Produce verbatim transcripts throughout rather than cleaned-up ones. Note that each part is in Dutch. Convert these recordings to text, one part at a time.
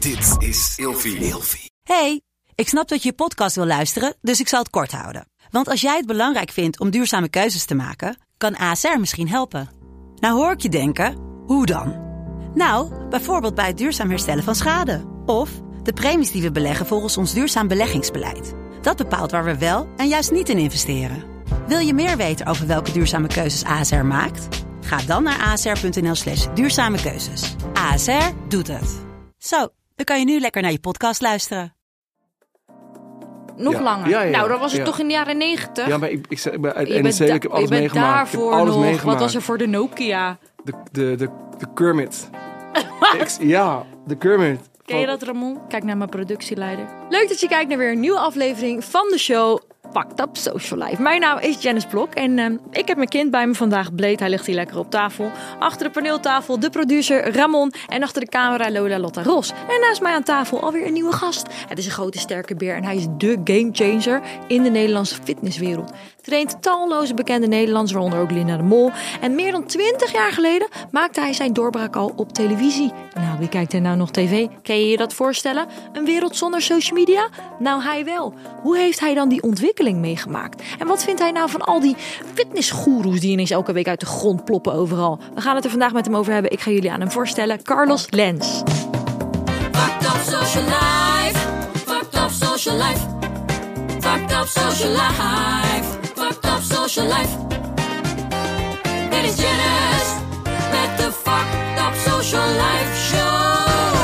Dit is Ilfie. Ilfie. Hey, ik snap dat je je podcast wil luisteren, dus ik zal het kort houden. Want als jij het belangrijk vindt om duurzame keuzes te maken, kan A S R misschien helpen. Nou hoor ik je denken, hoe dan? Nou, bijvoorbeeld bij het duurzaam herstellen van schade. Of de premies die we beleggen volgens ons duurzaam beleggingsbeleid. Dat bepaalt waar we wel en juist niet in investeren. Wil je meer weten over welke duurzame keuzes A S R maakt? Ga dan naar asr.nl slash duurzame keuzes. A S R doet het. Zo, dan kan je nu lekker naar je podcast luisteren. Nog Ja. langer. Ja, ja, nou, dat was het ja. toch in de jaren negentig? Ja, maar ik, ik, ik ben uit je N E C, bent, da- ik heb alles je bent meegemaakt. Ik heb daarvoor alles nog. meegemaakt. Wat was er voor de Nokia? De, de, de, de Kermit. Ik- ja, de Kermit. Ken je dat, Ramon? Kijk naar mijn productieleider. Leuk dat je kijkt naar weer een nieuwe aflevering van de show Fucked Up Social Life. Mijn naam is Janice Blok en uh, ik heb mijn kind bij me vandaag, Bleed. Hij ligt hier lekker op tafel. Achter de paneeltafel de producer Ramon en achter de camera Lola Lotta Ros. En naast mij aan tafel alweer een nieuwe gast. Het is een grote sterke beer en hij is de gamechanger in de Nederlandse fitnesswereld. Traint talloze bekende Nederlanders, waaronder ook Linda de Mol. En meer dan twintig jaar geleden maakte hij zijn doorbraak al op televisie. Nou, wie kijkt er nou nog tv? Kan je je dat voorstellen? Een wereld zonder social media? Nou, hij wel. Hoe heeft hij dan die ontwikkeling meegemaakt? En wat vindt hij nou van al die fitnessgoeroes die ineens elke week uit de grond ploppen overal? We gaan het er vandaag met hem over hebben. Ik ga jullie aan hem voorstellen. Carlos Lens. Fucked up social life. Fucked up social life. Fucked up social life. Fucked up social life. Dit is Janice met de Fucked Up Social Life Show.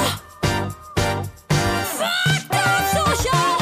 Fucked up social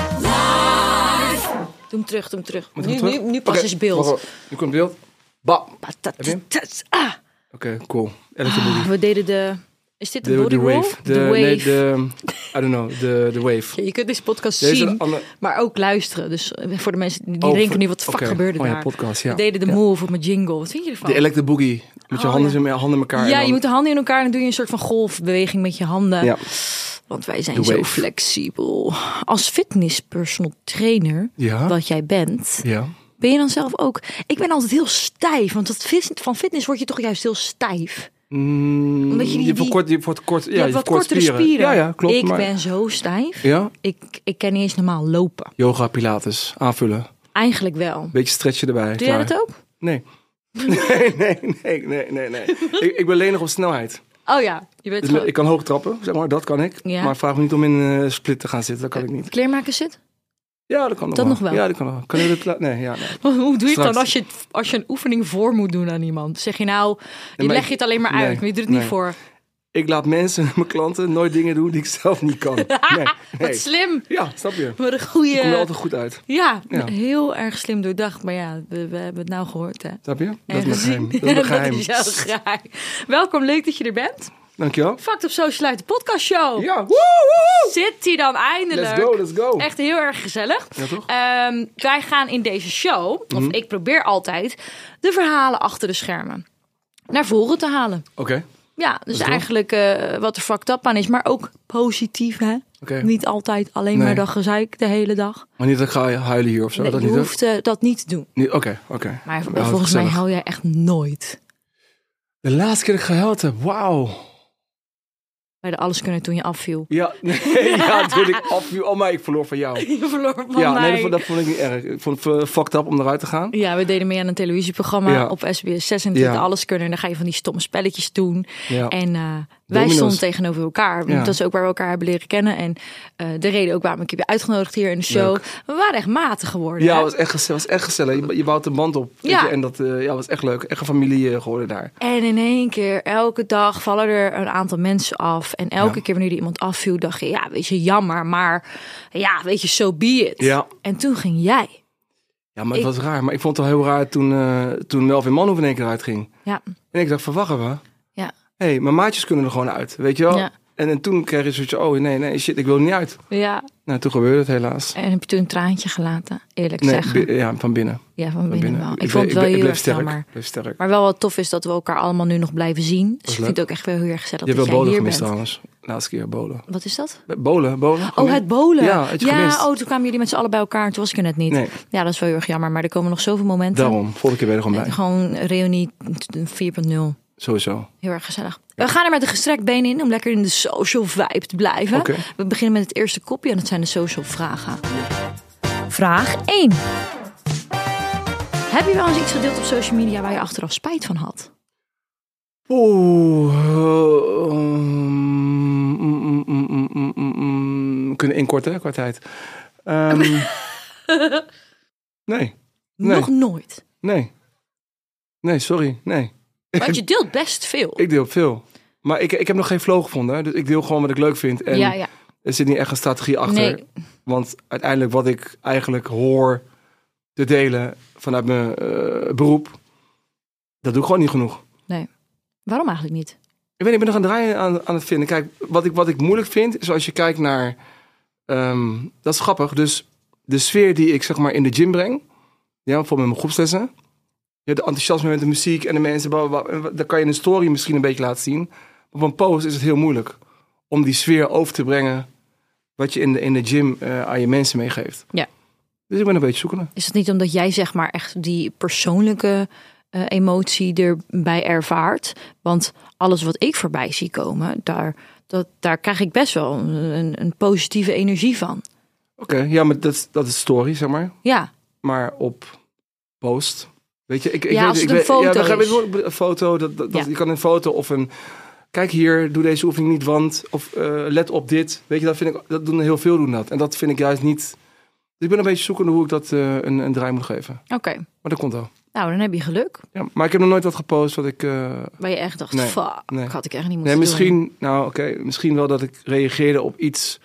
life. Doe hem terug, doe hem terug. Moet Nu, ik hem nu, terug? nu pas Oké, is beeld. wacht, wacht. Nu komt beeld. Bam. Heb je hem? Ah, Oké, cool. Electro ah, Boogie. we deden de... Is dit de, De, body de roll? wave. De, De wave. Nee, de... I don't know. De, de wave. Je kunt deze podcast Deze zien, andere- maar ook luisteren. Dus voor de mensen die Oh, denken voor- nu, wat de fuck oké. gebeurde Oh ja, daar? podcast, ja. We deden de Ja. move op mijn jingle. Wat vind je ervan? De Electro Boogie. Met je Oh, handen, ja. in mijn handen in elkaar. en Ja, dan- je moet de handen in elkaar en dan doe je een soort van golfbeweging met je handen. Ja. Want wij zijn De zo wave. flexibel. Als fitness personal trainer, Ja. wat jij bent, Ja. ben je dan zelf ook... Ik ben altijd heel stijf, want dat vis- van fitness word je toch juist heel stijf. Mm, Omdat je die- je hebt die- kort, je wordt kort, ja, je hebt wat kortere spieren. Ja, ja, klopt. Ik maar- ben zo stijf. Ja, Ik, ik kan niet eens normaal lopen. yoga, pilates, aanvullen. Eigenlijk wel. Beetje stretchen erbij. Doe jij klaar. dat ook? Nee. nee, nee, nee, nee, nee, nee. ik, ik ben lenig op snelheid. Oh ja, je bent Dus gewoon... ik kan hoog trappen, zeg maar, dat kan ik. Ja. Maar vraag me niet om in een split te gaan zitten, dat kan ik niet. Kleermakers zit? Ja, dat kan nog Dat wel. nog wel? Ja, dat kan nog wel. Kan je dat la- Nee, ja, nee. Hoe doe je het Straks. dan als je, als je een oefening voor moet doen aan iemand? Zeg je nou, je maar leg ik- je het alleen maar nee, uit, maar je doet het niet nee. voor. Ik laat mensen, mijn klanten, nooit dingen doen die ik zelf niet kan. Nee, Wat nee. slim. Ja, snap je? Wat een Ik kom er goede... altijd goed uit. Ja, Ja. heel erg slim doordacht. Maar ja, we, we hebben het nou gehoord, hè. Snap je? Dat En is mijn gezien. geheim. Dat is mijn geheim. Dat is jouw geheim. Welkom, leuk dat je er bent. Dankjewel. Fucked Up Social Life, de podcastshow. Ja, woe, woe. Zit hij dan eindelijk? Let's go, let's go. Echt heel erg gezellig. Ja, toch? Ehm, wij gaan in deze show, of Mhm. ik probeer altijd, de verhalen achter de schermen naar voren te halen. Oké, Ja, dus is toch? eigenlijk eh, wat er fucked up aan is, maar ook positief, hè? oké. Niet altijd alleen Nee. maar dat gezeik de hele dag. Maar niet dat ik ga huilen hier of zo. Nee, dat je niet, hè? hoeft eh, dat niet te doen. Nee, Oké, oké. Maar Ja, volgens mij gezellig. hou jij echt nooit. De laatste keer dat ik gehuild heb, wauw. Bij de alles kunnen toen je afviel. Ja, nee, ja, toen ik afviel. Oh, maar ik verloor van jou. Je verloor van Ja, mij. nee, dat vond, dat vond ik niet erg. Ik vond het eh, fucked up om eruit te gaan. Ja, we deden mee aan een televisieprogramma Ja. op S B S zes en het Ja. heette Alles Kunnen. En dan ga je van die stomme spelletjes doen. Ja. En eh, wij Domino's. stonden tegenover elkaar. Ja. Dat is ook waar we elkaar hebben leren kennen. En eh, de reden ook waarom ik je heb uitgenodigd hier in de show. Leuk. We waren echt maten geworden. Ja, hè? het was echt gezellig. Was echt gezellig. Je, je bouwt een band op. weet Ja. je, en dat eh, ja, was echt leuk. Echt een familie eh, geworden daar. En in één keer, elke dag vallen er een aantal mensen af. En elke Ja. keer wanneer er iemand afviel, dacht je, ja, weet je, jammer. Maar ja, weet je, so be it. Ja. En toen ging jij. Ja, maar het Ik- was raar. Maar ik vond het wel heel raar toen, uh, toen Melvin Manhoef in één keer eruit ging. Ja, En ik dacht van, wacht even. ja, Hé, hey, mijn maatjes kunnen er gewoon uit. Weet je wel? Ja. En, en toen kreeg je zoiets, oh nee, nee, shit, ik wil er niet uit. ja. Nou, toen gebeurde het helaas. En heb je toen een traantje gelaten, eerlijk Nee, zeggen. bi- ja, van binnen. Ja, van Van binnen, binnen. wel. Ik, Ik vond bleef- het wel ik heel bleef erg sterk. jammer. Ik bleef sterk. Maar wel wat tof is dat we elkaar allemaal nu nog blijven zien. Dus ik leuk. vind het ook echt wel heel erg gezellig Je hebt dat wel jij bolen hier gemist bent. trouwens. Laatste keer bolen. Wat is dat? Bolen, bolen. Oh, gemist? het bolen. Ja, had je gemist. oh, toen kwamen jullie met z'n allen bij elkaar en toen was ik er net niet. Nee. Ja, dat is wel heel erg jammer. Maar er komen nog zoveel momenten. Daarom, volgende keer ben je er gewoon En bij. gewoon reunie vier punt nul. Sowieso. Heel erg gezellig. We gaan er met een gestrekt been in om lekker in de social vibe te blijven. Okay. We beginnen met het eerste kopje en dat zijn de social vragen. Vraag één. Heb je wel eens iets gedeeld op social media waar je achteraf spijt van had? Oeh. Uh, um, mm, mm, mm, mm, mm, kunnen inkorten qua tijd. Um, nee. nee. Nog nooit. Nee. Nee, sorry. Nee. Want je deelt best veel. Ik deel veel. Maar ik, ik heb nog geen flow gevonden. Hè? Dus ik deel gewoon wat ik leuk vind. En ja, ja. er zit niet echt een strategie achter. Nee. Want uiteindelijk wat ik eigenlijk hoor te delen vanuit mijn uh, beroep, dat doe ik gewoon niet genoeg. Nee. Waarom eigenlijk niet? Ik weet niet, ik ben nog aan het draaien aan, aan het vinden. Kijk, wat ik, wat ik moeilijk vind, is als je kijkt naar... Um, dat is grappig. Dus de sfeer die ik zeg maar in de gym breng. Ja, bijvoorbeeld met mijn groepslessen. Ja, de enthousiasme met de muziek en de mensen. Daar kan je een story misschien een beetje laten zien. Op een post is het heel moeilijk om die sfeer over te brengen wat je in de, in de gym uh, aan je mensen meegeeft. Ja. Dus ik ben een beetje zoekende. Is het niet omdat jij zeg maar echt die persoonlijke uh, emotie erbij ervaart? Want alles wat ik voorbij zie komen, daar, dat, daar krijg ik best wel een, een positieve energie van. Oké, okay, ja, maar dat, dat is story, zeg maar. Ja. Maar op post... Weet je, ik, ik ja, weet, als het ik een foto ja, dan is. Weet, een foto, dat, dat, ja. je kan een foto of een... Kijk hier, doe deze oefening niet, want... Of uh, let op dit. Weet je, dat vind ik... Dat doen heel veel doen dat. En dat vind ik juist niet... Dus ik ben een beetje zoekende hoe ik dat uh, een, een draai moet geven. Oké. Okay. Maar dat komt wel. Nou, dan heb je geluk. Ja, maar ik heb nog nooit wat gepost wat ik... Uh, Waar je echt dacht, nee, fuck, nee. had ik echt niet moeten nee, misschien, doen. Nou, oké. Okay, misschien wel dat ik reageerde op iets...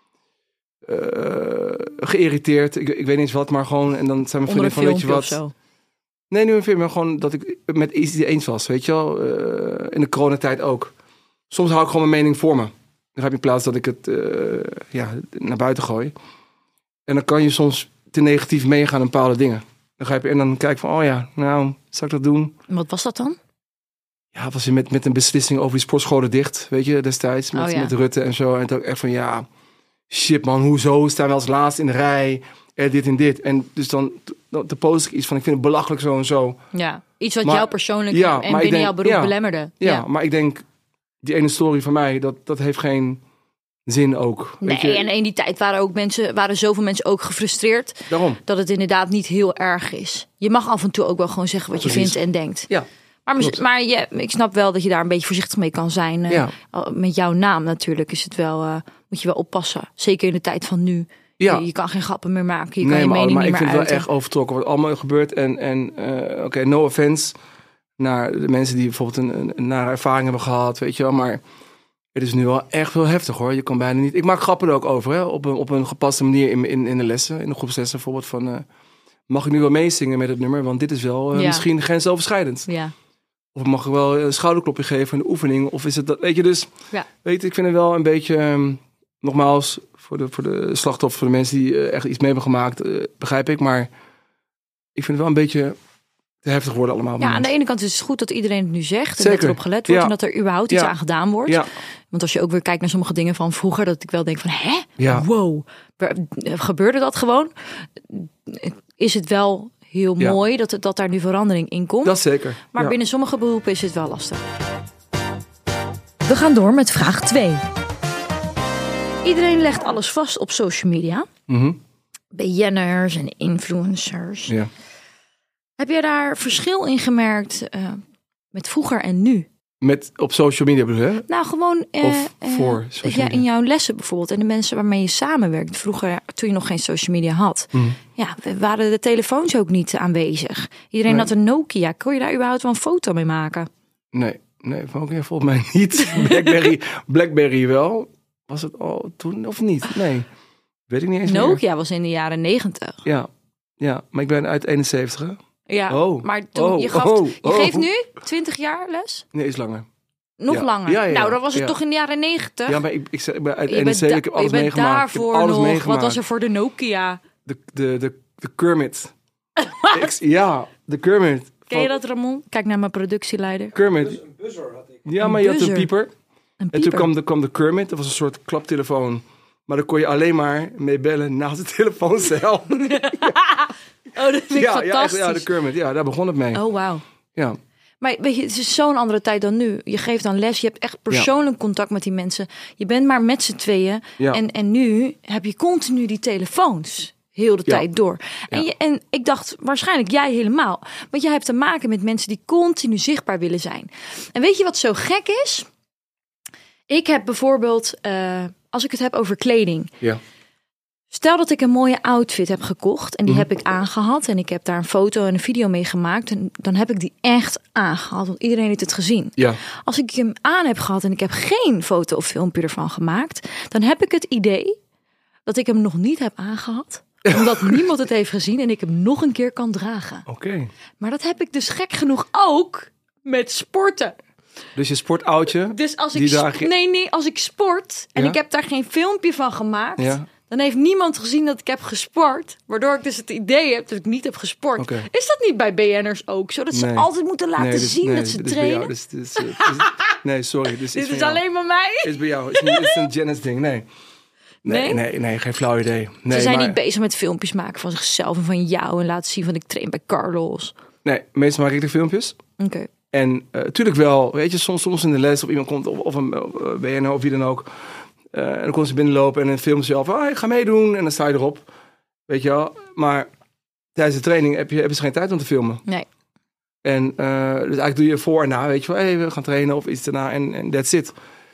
Uh, geïrriteerd. Ik, ik weet niet eens wat, maar gewoon... En dan zijn mijn vrienden van, weet je wat... Zo. Nee, nu een film, maar gewoon dat ik met iets eens was, weet je wel. Uh, in de coronatijd ook. Soms hou ik gewoon mijn mening voor me. Dan heb je in plaats dat ik het uh, ja, naar buiten gooi. En dan kan je soms te negatief meegaan in bepaalde dingen. Dan ga je en dan kijk ik van, oh ja, nou, zou ik dat doen? En wat was dat dan? Ja, was je met, met een beslissing over die sportscholen dicht, weet je, destijds. Met, oh, ja. met Rutte en zo. En toen echt van, ja, shit man, hoezo staan we als laatste in de rij... En dit en dit. En dus dan de post ik iets van, ik vind het belachelijk zo en zo. Ja, iets wat maar, jou persoonlijk ja, en binnen denk, jouw beroep ja, belemmerde. Ja, ja, maar ik denk, die ene story van mij, dat, dat heeft geen zin ook. Nee, weet je? en in die tijd waren ook mensen, waren zoveel mensen ook gefrustreerd. Daarom. Dat het inderdaad niet heel erg is. Je mag af en toe ook wel gewoon zeggen wat je Precies. vindt en denkt. Ja. Maar, mis, maar je, ik snap wel dat je daar een beetje voorzichtig mee kan zijn. Uh, ja. Met jouw naam natuurlijk is het wel, uh, moet je wel oppassen. Zeker in de tijd van nu. Ja. Je, je kan geen grappen meer maken. Je nee, kan je maar, mening maar niet ik meer vind uiten. het wel echt overtrokken wat allemaal gebeurt. En, en uh, oké, okay, no offense naar de mensen die bijvoorbeeld een, een, een nare ervaring hebben gehad, weet je wel. Maar het is nu wel echt wel heftig hoor. Je kan bijna niet... Ik maak grappen er ook over, hè. Op een, op een gepaste manier in, in, in de lessen. In de groepslessen bijvoorbeeld van... Uh, mag ik nu wel meezingen met het nummer? Want dit is wel uh, ja. misschien grensoverschrijdend. Ja. Of mag ik wel een schouderklopje geven in de oefening? Of is het dat... Weet je, dus... Ja. Weet je, ik vind het wel een beetje... Um, nogmaals... Voor de, voor de slachtoffers, voor de mensen die uh, echt iets mee hebben gemaakt, uh, begrijp ik. Maar ik vind het wel een beetje te heftig worden allemaal. Ja, aan de ene kant is het goed dat iedereen het nu zegt. En Zeker. dat erop gelet wordt. Ja. En dat er überhaupt iets ja. aan gedaan wordt. Ja. Want als je ook weer kijkt naar sommige dingen van vroeger. Dat ik wel denk van, hè? Ja. Wow. Gebeurde dat gewoon? Is het wel heel ja. mooi dat, dat daar nu verandering in komt. Dat zeker. Maar ja. binnen sommige beroepen is het wel lastig. We gaan door met vraag twee. Iedereen legt alles vast op social media. Mm-hmm. B N'ers en influencers. Ja. Heb jij daar verschil in gemerkt uh, met vroeger en nu? Met op social media bedoel je? Nou, gewoon uh, of voor uh, social ja, media? in jouw lessen bijvoorbeeld. En de mensen waarmee je samenwerkt. Vroeger, toen je nog geen social media had. Mm. Ja, waren de telefoons ook niet aanwezig. Iedereen nee. had een Nokia. Kon je daar überhaupt wel een foto mee maken? Nee, nee volgens mij niet. Blackberry, Blackberry wel. Was het al toen of niet? Nee, weet ik niet eens Nokia meer. was in de jaren negentig. Ja, ja, maar ik ben uit eenenzeventig. Hè? Ja, oh, maar toen, oh, je, gaf, oh, je oh. geeft nu twintig jaar les? Nee, iets langer. Nog ja. langer? Ja, ja, ja. Nou, dan was het ja. toch in de jaren negentig? Ja, maar ik, ik, ik ben uit je eenenzeventig, da- ik heb alles je bent meegemaakt. daarvoor ik heb alles nog. meegemaakt. Wat was er voor de Nokia? De, de, de, de Kermit. ik, ja, de Kermit. Ken je dat, Ramon? Kijk naar mijn productieleider. Kermit. Een buzzer had ik. Ja, een maar je had buzzer. een pieper. Een En toen kwam de, kwam de Kermit. Dat was een soort klaptelefoon. Maar daar kon je alleen maar mee bellen naast de telefooncel. Oh, dat vind ik ja, fantastisch. ja, echt, ja, de Kermit. Ja, daar begon het mee. Oh, wauw. Ja. Maar weet je, het is zo'n andere tijd dan nu. Je geeft dan les, je hebt echt persoonlijk ja. contact met die mensen. Je bent maar met z'n tweeën. Ja. En, en nu heb je continu die telefoons heel de ja. tijd door. En, ja. je, en ik dacht, waarschijnlijk jij helemaal. Want jij hebt te maken met mensen die continu zichtbaar willen zijn. En weet je wat zo gek is? Ik heb bijvoorbeeld, uh, als ik het heb over kleding. Ja. Stel dat ik een mooie outfit heb gekocht en die mm. heb ik aangehad en ik heb daar een foto en een video mee gemaakt en dan heb ik die echt aangehad, want iedereen heeft het gezien. Ja. Als ik hem aan heb gehad en ik heb geen foto of filmpje ervan gemaakt, dan heb ik het idee dat ik hem nog niet heb aangehad, omdat niemand het heeft gezien en ik hem nog een keer kan dragen. Oké. Okay. Maar dat heb ik dus gek genoeg ook met sporten. Dus je sportoutje? Dus als ik sp- je... nee, nee, als ik sport en ja? ik heb daar geen filmpje van gemaakt. Ja. Dan heeft niemand gezien dat ik heb gesport. Waardoor ik dus het idee heb dat ik niet heb gesport. Okay. Is dat niet bij B N'ers ook zo? Dat ze nee. altijd moeten laten nee, dit, zien nee, dat ze trainen? Dit dit is, dit is, nee, sorry. Dit is, is alleen maar mij? Dit is bij jou. Het is, is een Janice ding. Nee. Nee, nee, nee, nee, geen flauw idee. Nee, ze zijn maar... niet bezig met filmpjes maken van zichzelf en van jou. En laten zien van ik train bij Carlos. Nee, meestal maak ik de filmpjes. Oké. Okay. En natuurlijk uh, wel, weet je, soms, soms in de les of iemand komt of, of een uh, B N O of wie dan ook. Uh, en dan kon ze binnenlopen en dan filmen ze zelf. Oh, ik ga meedoen. En dan sta je erop. Weet je wel. Maar tijdens de training heb je, heb je geen tijd om te filmen. Nee. En uh, dus eigenlijk doe je voor en na. Weet je wel, hey, we gaan trainen of iets daarna. En, en that's it.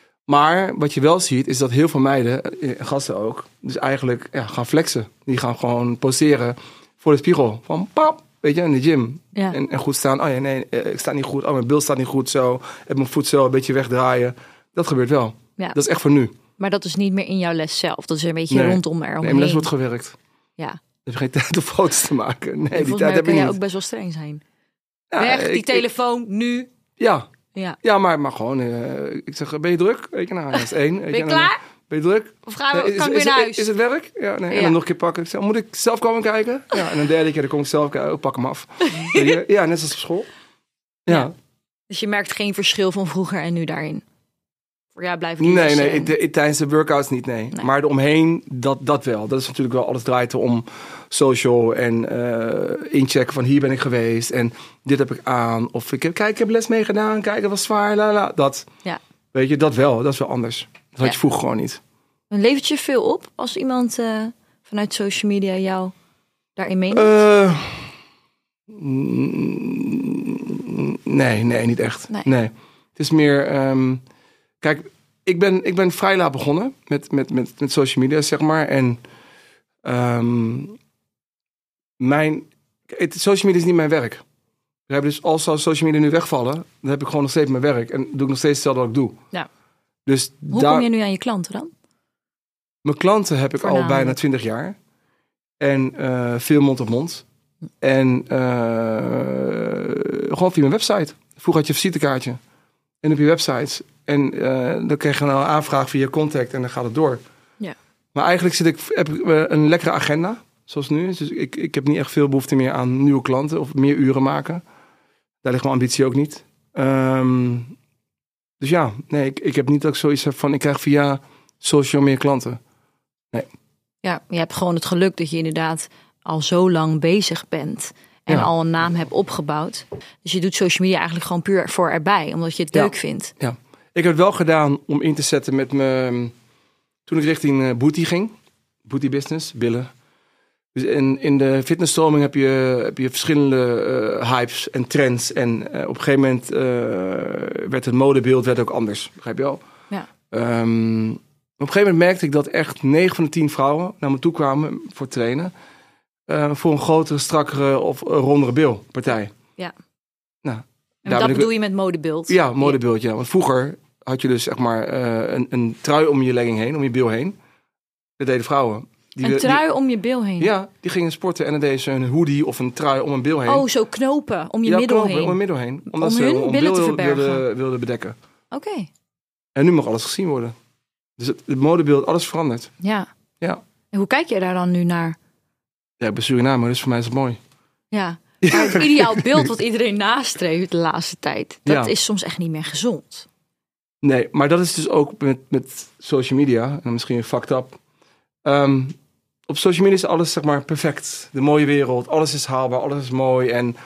Maar wat je wel ziet, is dat heel veel meiden, en gasten ook, dus eigenlijk ja, gaan flexen. Die gaan gewoon poseren voor de spiegel. Van pap, weet je, in de gym. Ja. En, en goed staan. Oh ja, nee, ik sta niet goed. Oh, mijn beeld staat niet goed zo. Heb mijn voet zo een beetje wegdraaien. Dat gebeurt wel. Ja. Dat is echt voor nu. Maar dat is niet meer in jouw les zelf. Dat is een beetje nee. rondom eromheen. Nee, maar les wordt gewerkt. Ja. Je hebt geen tijd om foto's te maken. Nee, en die tijd heb je niet. Jij ook best wel streng zijn. Ja, Weg, die ik, telefoon, ik, nu. Ja. Ja, ja maar, maar gewoon, uh, ik zeg, ben je druk? Weet je, nou, dat is één. Ben je klaar? Ben je druk? Of gaan we, nee, is, kan ik is, weer naar is, huis? Is het werk? Ja, nee. Ja. En dan nog een keer pakken. Ik zeg, moet ik zelf komen kijken? Ja, en een derde keer, dan kom ik zelf kijken. Oh, pak hem af. Ja, net als op school. Ja. ja. Dus je merkt geen verschil van vroeger en nu daarin? Voor jou blijven die Nee, nee, de, tijdens de workouts niet, nee. nee. Maar eromheen, dat, dat wel. Dat is natuurlijk wel, alles draait om social en uh, inchecken van hier ben ik geweest en dit heb ik aan. Of ik heb, kijk, ik heb les mee gedaan, kijk, dat was zwaar, la, la. Dat, ja. Weet je, dat wel, dat is wel anders. Dat had ja. je vroeger gewoon niet. En levert je veel op als iemand uh, vanuit social media jou daarin meeneemt? Uh, nee, nee, niet echt. Nee. nee. Het is meer... Um, Kijk, ik ben, ik ben vrij laat begonnen met, met, met, met social media, zeg maar. En um, mijn... Het, social media is niet mijn werk. We hebben dus als social media nu wegvallen, dan heb ik gewoon nog steeds mijn werk. En doe ik nog steeds hetzelfde wat ik doe. Ja. Dus Hoe daar, kom je nu aan je klanten dan? Mijn klanten heb ik al bijna twintig jaar. En uh, veel mond op mond. En uh, gewoon via mijn website. Vroeger had je een visitekaartje. En op je websites. En uh, dan krijg je een aanvraag via contact en dan gaat het door. Ja. Maar eigenlijk zit ik, heb ik uh, een lekkere agenda, zoals nu. Dus ik, ik heb niet echt veel behoefte meer aan nieuwe klanten of meer uren maken. Daar ligt mijn ambitie ook niet. Um, dus ja, nee, ik, ik heb niet dat ik zoiets heb van ik krijg via social meer klanten. Nee. Ja, je hebt gewoon het geluk dat je inderdaad al zo lang bezig bent. En ja. al een naam hebt opgebouwd. Dus je doet social media eigenlijk gewoon puur voor erbij. Omdat je het ja. leuk vindt. Ja, ik heb het wel gedaan om in te zetten met me. Toen ik richting uh, booty ging. Booty business, billen. Dus in, in de fitnessstroming heb je, heb je verschillende uh, hypes en trends. En uh, op een gegeven moment uh, werd het modebeeld werd ook anders. Begrijp je wel? Ja. Um, op een gegeven moment merkte ik dat echt negen van de tien vrouwen naar me toe kwamen voor trainen. Uh, voor een grotere, strakkere of uh, rondere bilpartij. Ja. Nou, en dat bedoel ik... je met modebeeld? Ja, modebeeld, ja. Want vroeger had je dus zeg maar uh, een, een trui om je legging heen, om je bil heen. Dat deden vrouwen. Die, een trui die, om je bil heen? Ja, die gingen sporten en dan deden ze een hoodie of een trui om een bil heen. Oh, zo knopen om je ja, middel knopen, heen? om je middel heen. Omdat om ze hun om billen bil te verbergen? Wilden, wilden bedekken. Oké. Okay. En nu mag alles gezien worden. Dus het, het modebeeld, alles verandert. Ja. Ja. En hoe kijk jij daar dan nu naar? Ja, ik ben Suriname, dus voor mij is het mooi. Ja, maar het ideaal beeld wat iedereen nastreeft de laatste tijd, dat ja. is soms echt niet meer gezond. Nee, maar dat is dus ook met, met social media, en misschien fucked up. Um, op social media is alles zeg maar perfect. De mooie wereld, alles is haalbaar, alles is mooi. En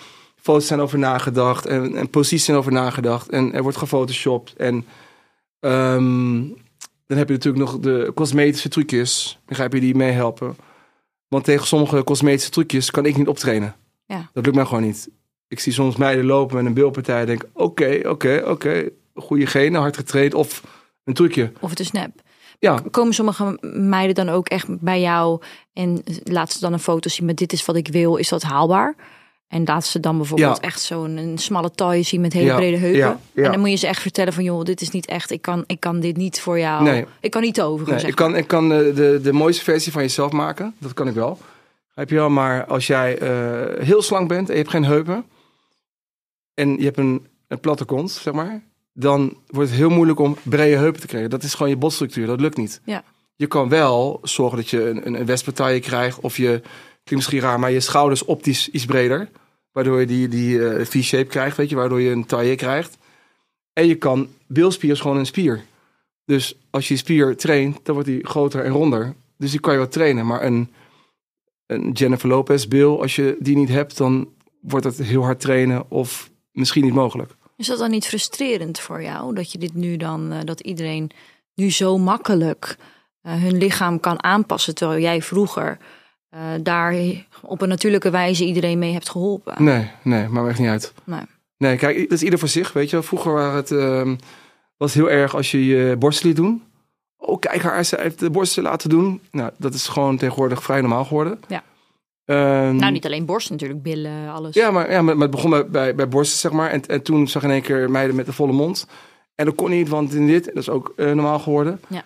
foto's zijn over nagedacht. En, en posities zijn over nagedacht. En er wordt gefotoshopt. En um, dan heb je natuurlijk nog de cosmetische trucjes. Begrijp je, die meehelpen. Want tegen sommige cosmetische trucjes kan ik niet optrainen. Ja. Dat lukt mij gewoon niet. Ik zie soms meiden lopen met een beeldpartij en denk... oké, oké, oké, goede genen, hard getraind of een trucje. Of het is nep. Ja. Komen sommige meiden dan ook echt bij jou en laten ze dan een foto zien met dit is wat ik wil, is dat haalbaar? En laten ze dan bijvoorbeeld Ja. echt zo'n een smalle taille zien met hele Ja, brede heupen. ja, ja. En dan moet je ze echt vertellen van joh, dit is niet echt, ik kan, ik kan dit niet voor jou. Nee. Ik kan niet toveren. Nee, zeg ik kan, ik kan de, de, de mooiste versie van jezelf maken. Dat kan ik wel. Heb je wel, maar als jij uh, heel slank bent en je hebt geen heupen... en je hebt een, een platte kont, zeg maar... dan wordt het heel moeilijk om brede heupen te krijgen. Dat is gewoon je botstructuur, dat lukt niet. Ja. Je kan wel zorgen dat je een, een westpartij krijgt... of je, klinkt misschien raar, maar je schouders optisch iets breder... waardoor je die, die uh, V-shape krijgt, weet je, waardoor je een taille krijgt. En je kan, bilspier is gewoon een spier. Dus als je die spier traint, dan wordt die groter en ronder. Dus die kan je wat trainen. Maar een, een Jennifer Lopez bil, als je die niet hebt, dan wordt het heel hard trainen of misschien niet mogelijk. Is dat dan niet frustrerend voor jou? Dat je dit nu dan, uh, dat iedereen nu zo makkelijk uh, hun lichaam kan aanpassen, terwijl jij vroeger uh, daar op een natuurlijke wijze iedereen mee hebt geholpen? Nee, nee, maar echt niet uit. Nee. Nee, kijk, dat is ieder voor zich, weet je. Vroeger waren het, uh, was het heel erg als je je borsten liet doen. Oh, kijk, haar, ze heeft de borsten laten doen. Nou, dat is gewoon tegenwoordig vrij normaal geworden. Ja. Um, Nou, niet alleen borsten natuurlijk, billen, alles. Ja, maar, ja, maar het begon bij, bij, bij borsten, zeg maar. En, en toen zag je in één keer meiden met een volle mond. En dat kon niet, want in dit, dat is ook uh, normaal geworden. Ja.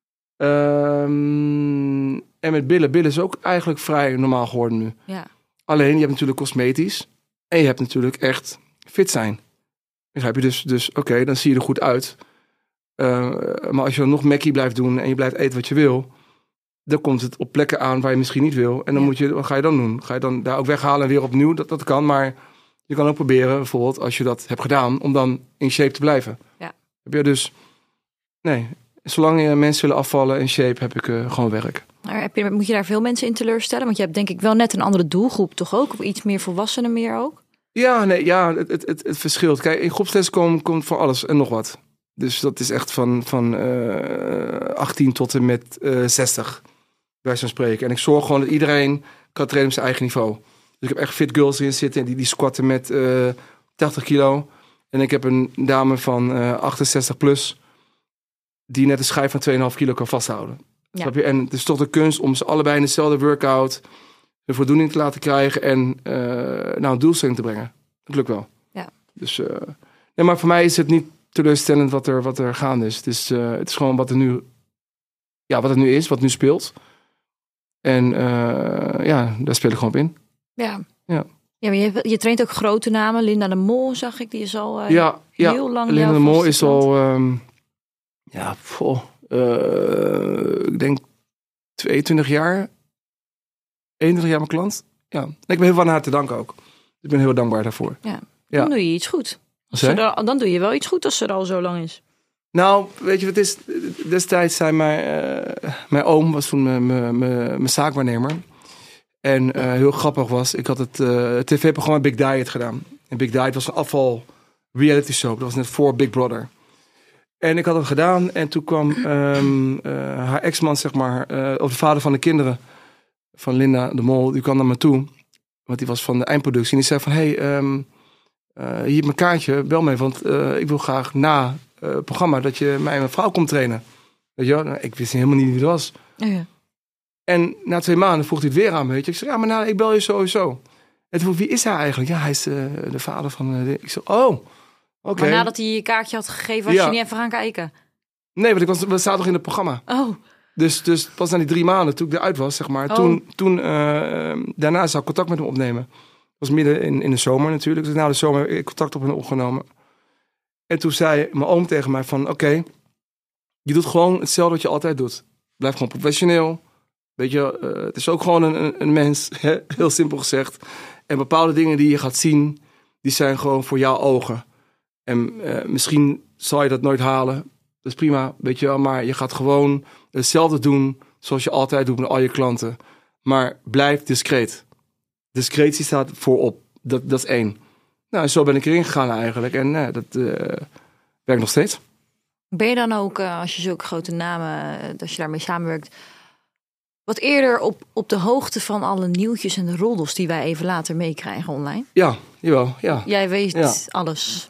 Um, en met billen, billen is ook eigenlijk vrij normaal geworden nu. Ja. Alleen, je hebt natuurlijk cosmetisch. En je hebt natuurlijk echt fit zijn. Begrijp je? Dus, dus oké, okay, dan zie je er goed uit. Uh, maar als je dan nog Mackie blijft doen en je blijft eten wat je wil... dan komt het op plekken aan waar je misschien niet wil. En dan Ja. moet je, wat ga je dan doen? Ga je dan daar ook weghalen en weer opnieuw? Dat, dat kan, maar je kan ook proberen, bijvoorbeeld, als je dat hebt gedaan... om dan in shape te blijven. Ja. Heb je dus... Nee, zolang je mensen willen afvallen in shape, heb ik uh, gewoon werk. Maar heb je, moet je daar veel mensen in teleurstellen? Want je hebt denk ik wel net een andere doelgroep, toch ook? Of iets meer volwassenen meer ook? Ja, nee, ja, het, het, het, het verschilt. Kijk, in groepsles komt, komt voor alles en nog wat. Dus dat is echt van, van uh, achttien tot en met uh, zestig, bij zo'n spreken. En ik zorg gewoon dat iedereen kan trainen op zijn eigen niveau. Dus ik heb echt fit girls erin zitten, die, die squatten met uh, tachtig kilo. En ik heb een dame van uh, achtenzestig plus, die net een schijf van twee komma vijf kilo kan vasthouden. Ja. Snap je? En het is toch de kunst om ze allebei in dezelfde workout een voldoening te laten krijgen en uh, nou, een doelstelling te brengen. Dat lukt wel. Ja. Dus, uh, nee, maar voor mij is het niet teleurstellend wat er, wat er gaande is. Het is, uh, het is gewoon wat er nu, ja, wat het nu is, wat nu speelt. En uh, ja, daar speel ik gewoon op in. Ja. Ja. Ja, maar je, je traint ook grote namen. Linda de Mol zag ik, die is al uh, ja, ja. heel lang. Linda de jouw Mol vaste is klant. al, um, ja, poh, uh, ik denk tweeëntwintig jaar, eenentwintig jaar mijn klant. Ja, ik ben heel veel aan haar te danken ook. Ik ben heel dankbaar daarvoor. Ja. Ja. Dan doe je iets goed. Als ze er, dan doe je wel iets goed als ze er al zo lang is. Nou, weet je wat het is? Destijds zei mijn, uh, mijn oom, was toen mijn, mijn, mijn zaakwaarnemer. En uh, heel grappig was, ik had het uh, tv-programma Big Diet gedaan. En Big Diet was een afval reality show. Dat was net voor Big Brother. En ik had het gedaan en toen kwam um, uh, haar ex-man, zeg maar, uh, of de vader van de kinderen van Linda de Mol, die kwam naar me toe. Want die was van de eindproductie. En die zei van, hey, um, uh, hier heb mijn kaartje, bel mee, want uh, ik wil graag na uh, het programma dat je mij en mijn vrouw komt trainen. Weet je wel? Nou, ik wist helemaal niet wie het was. Ja, ja. En na twee maanden vroeg hij het weer aan me. Weet je? Ik zei, ja, maar nou, ik bel je sowieso. En toen vroeg, wie is hij eigenlijk? Ja, hij is uh, de vader van... Uh, de... Ik zei, oh, oké. Okay. Maar nadat hij je kaartje had gegeven, was Ja. je niet even gaan kijken? Nee, want ik was, we zaten nog in het programma. Oh, Dus, dus pas na die drie maanden, toen ik eruit was, zeg maar. Oh. Toen, toen uh, daarna zou ik contact met hem opnemen. Dat was midden in, in de zomer natuurlijk. Dus na de zomer heb ik contact op hem opgenomen. En toen zei mijn oom tegen mij van... Oké, okay, je doet gewoon hetzelfde wat je altijd doet. Blijf gewoon professioneel. Weet je, uh, het is ook gewoon een, een, een mens. Hè? Heel simpel gezegd. En bepaalde dingen die je gaat zien... die zijn gewoon voor jouw ogen. En uh, misschien zal je dat nooit halen. Dat is prima, weet je wel. Maar je gaat gewoon hetzelfde doen... zoals je altijd doet met al je klanten. Maar blijf discreet. Discretie staat voorop. Dat, dat is één. Nou, zo ben ik erin gegaan eigenlijk. En uh, dat uh, werkt nog steeds. Ben je dan ook, uh, als je zulke grote namen, uh, als je daarmee samenwerkt, wat eerder op, op de hoogte van alle nieuwtjes en de roddels die wij even later meekrijgen online? Ja, jawel, ja. Jij weet ja. alles.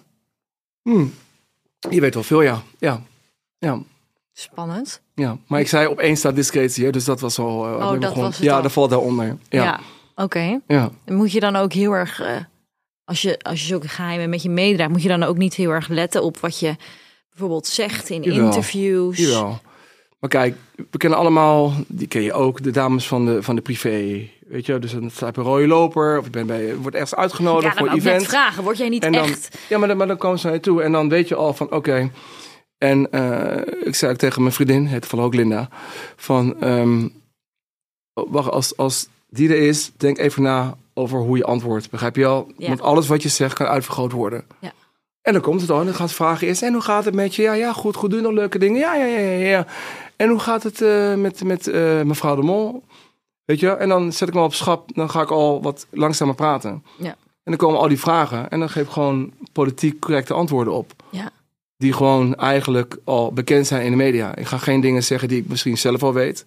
Hmm. Je weet wel veel, ja. Ja, ja. Spannend. Ja, maar ik zei op één staat discretie, hè, dus dat was al... Uh, oh, dat was het Ja, al. dat valt daaronder. Ja, ja oké. Okay. Ja. Moet je dan ook heel erg, uh, als je, als je zulke geheimen met je meedraagt, moet je dan ook niet heel erg letten op wat je bijvoorbeeld zegt in Jawel. interviews? Jawel. Maar kijk, we kennen allemaal, die ken je ook, de dames van de, van de privé. Weet je, dus dan sta je op een rode loper, of je bent bij, wordt ergens uitgenodigd ja, voor een event. Net vragen, word jij niet en dan, echt... Ja, maar dan, maar dan komen ze naar je toe en dan weet je al van, oké. Okay. En uh, ik zei ook tegen mijn vriendin, heet van ook Linda, van, um, wacht, als, als die er is, denk even na over hoe je antwoordt. Begrijp je al? Ja. Want alles wat je zegt kan uitvergroot worden. Ja. En dan komt het al en dan gaat ze vragen eerst, en hoe gaat het met je? Ja, ja, goed, goed, doe je nog leuke dingen? Ja, ja, ja, ja, ja. En hoe gaat het uh, met, met uh, mevrouw de Mol? Weet je? En dan zet ik me op schap, dan ga ik al wat langzamer praten. Ja. En dan komen al die vragen en dan geef ik gewoon politiek correcte antwoorden op. Ja. Die gewoon eigenlijk al bekend zijn in de media. Ik ga geen dingen zeggen die ik misschien zelf al weet.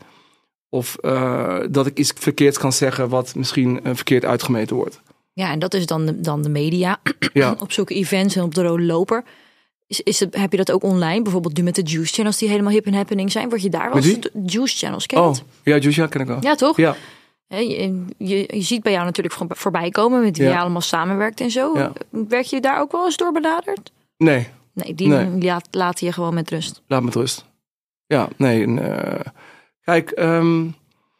Of uh, dat ik iets verkeerds kan zeggen wat misschien uh, verkeerd uitgemeten wordt. Ja, en dat is dan de, dan de media. Ja. Op zulke events en op de rode loper. Is, is het, heb je dat ook online? Bijvoorbeeld nu met de Juice Channels die helemaal hip en happening zijn. Word je daar wel eens Juice Channels kent? Oh, ja, Juice ja, ken ik wel. Ja, toch? Ja. Je, je, je ziet bij jou natuurlijk voor, voorbij komen met wie ja. je allemaal samenwerkt en zo. Ja. Werd je daar ook wel eens door benaderd? Nee. Nee, die nee. Laat, laten je gewoon met rust. Laat met rust. Ja, nee. Uh, kijk, um,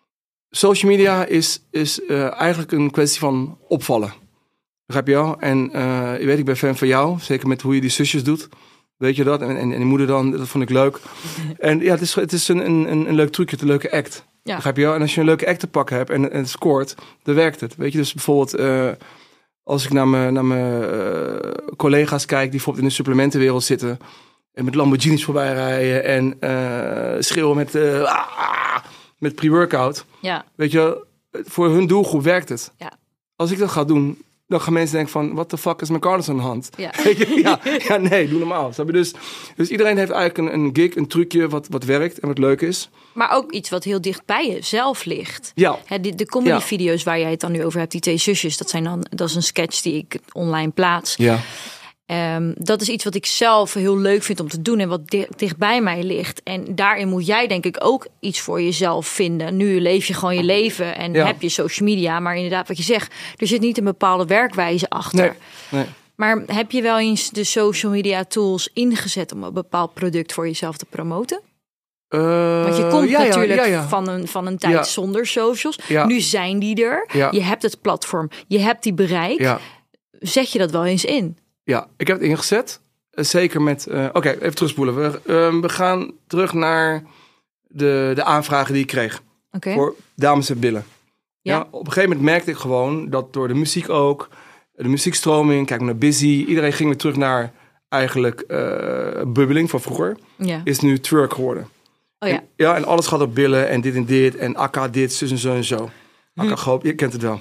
social media is, is uh, eigenlijk een kwestie van opvallen. Begrijp je wel? En uh, je weet, ik ben fan van jou. Zeker met hoe je die zusjes doet. Weet je dat? En, en, en die moeder dan, dat vond ik leuk. En ja, het is, het is een, een, een leuk trucje, een leuke act. Ja. Begrijp je wel? En als je een leuke act te pakken hebt en, en het scoort, dan werkt het. Weet je, dus bijvoorbeeld... Uh, als ik naar mijn, naar mijn uh, collega's kijk die bijvoorbeeld in de supplementenwereld zitten en met Lamborghinis voorbij rijden en uh, schreeuwen met, uh, ah, met pre-workout. Ja. Weet je, voor hun doelgroep werkt het. Ja. Als ik dat ga doen, dan gaan mensen denken van, what the fuck is mijn Carlos aan de hand? Ja. Weet je? Ja, ja, nee, doe normaal. Dus, dus iedereen heeft eigenlijk een, een gig, een trucje wat, wat werkt en wat leuk is. Maar ook iets wat heel dicht bij jezelf ligt. Ja. He, de de comedy-video's waar jij het dan nu over hebt, die twee zusjes, dat zijn dan, dat is een sketch die ik online plaats. Ja. Um, dat is iets wat ik zelf heel leuk vind om te doen en wat dicht, dicht bij mij ligt. En daarin moet jij denk ik ook iets voor jezelf vinden. Nu leef je gewoon je leven en ja. heb je social media. Maar inderdaad wat je zegt, er zit niet een bepaalde werkwijze achter. Nee, nee. Maar heb je wel eens de social media tools ingezet om een bepaald product voor jezelf te promoten? Uh, Want je komt ja, natuurlijk ja, ja, ja. Van, een, van een tijd ja. zonder socials. Ja. Nu zijn die er. Ja. Je hebt het platform. Je hebt die bereik. Ja. Zet je dat wel eens in? Ja, ik heb het ingezet. Zeker met... Uh, Oké, okay, even terugspoelen. We, uh, we gaan terug naar de, de aanvragen die ik kreeg. Okay. Voor dames en billen. Ja. Ja, op een gegeven moment merkte ik gewoon dat door de muziek ook... De muziekstroming, kijk naar Busy. Iedereen ging weer terug naar eigenlijk uh, bubbeling van vroeger. Ja. Is nu twerk geworden. Oh ja. En, ja, en alles gaat op billen en dit en dit. En akka dit, zus en zo en zo. Akka goop, je kent het wel.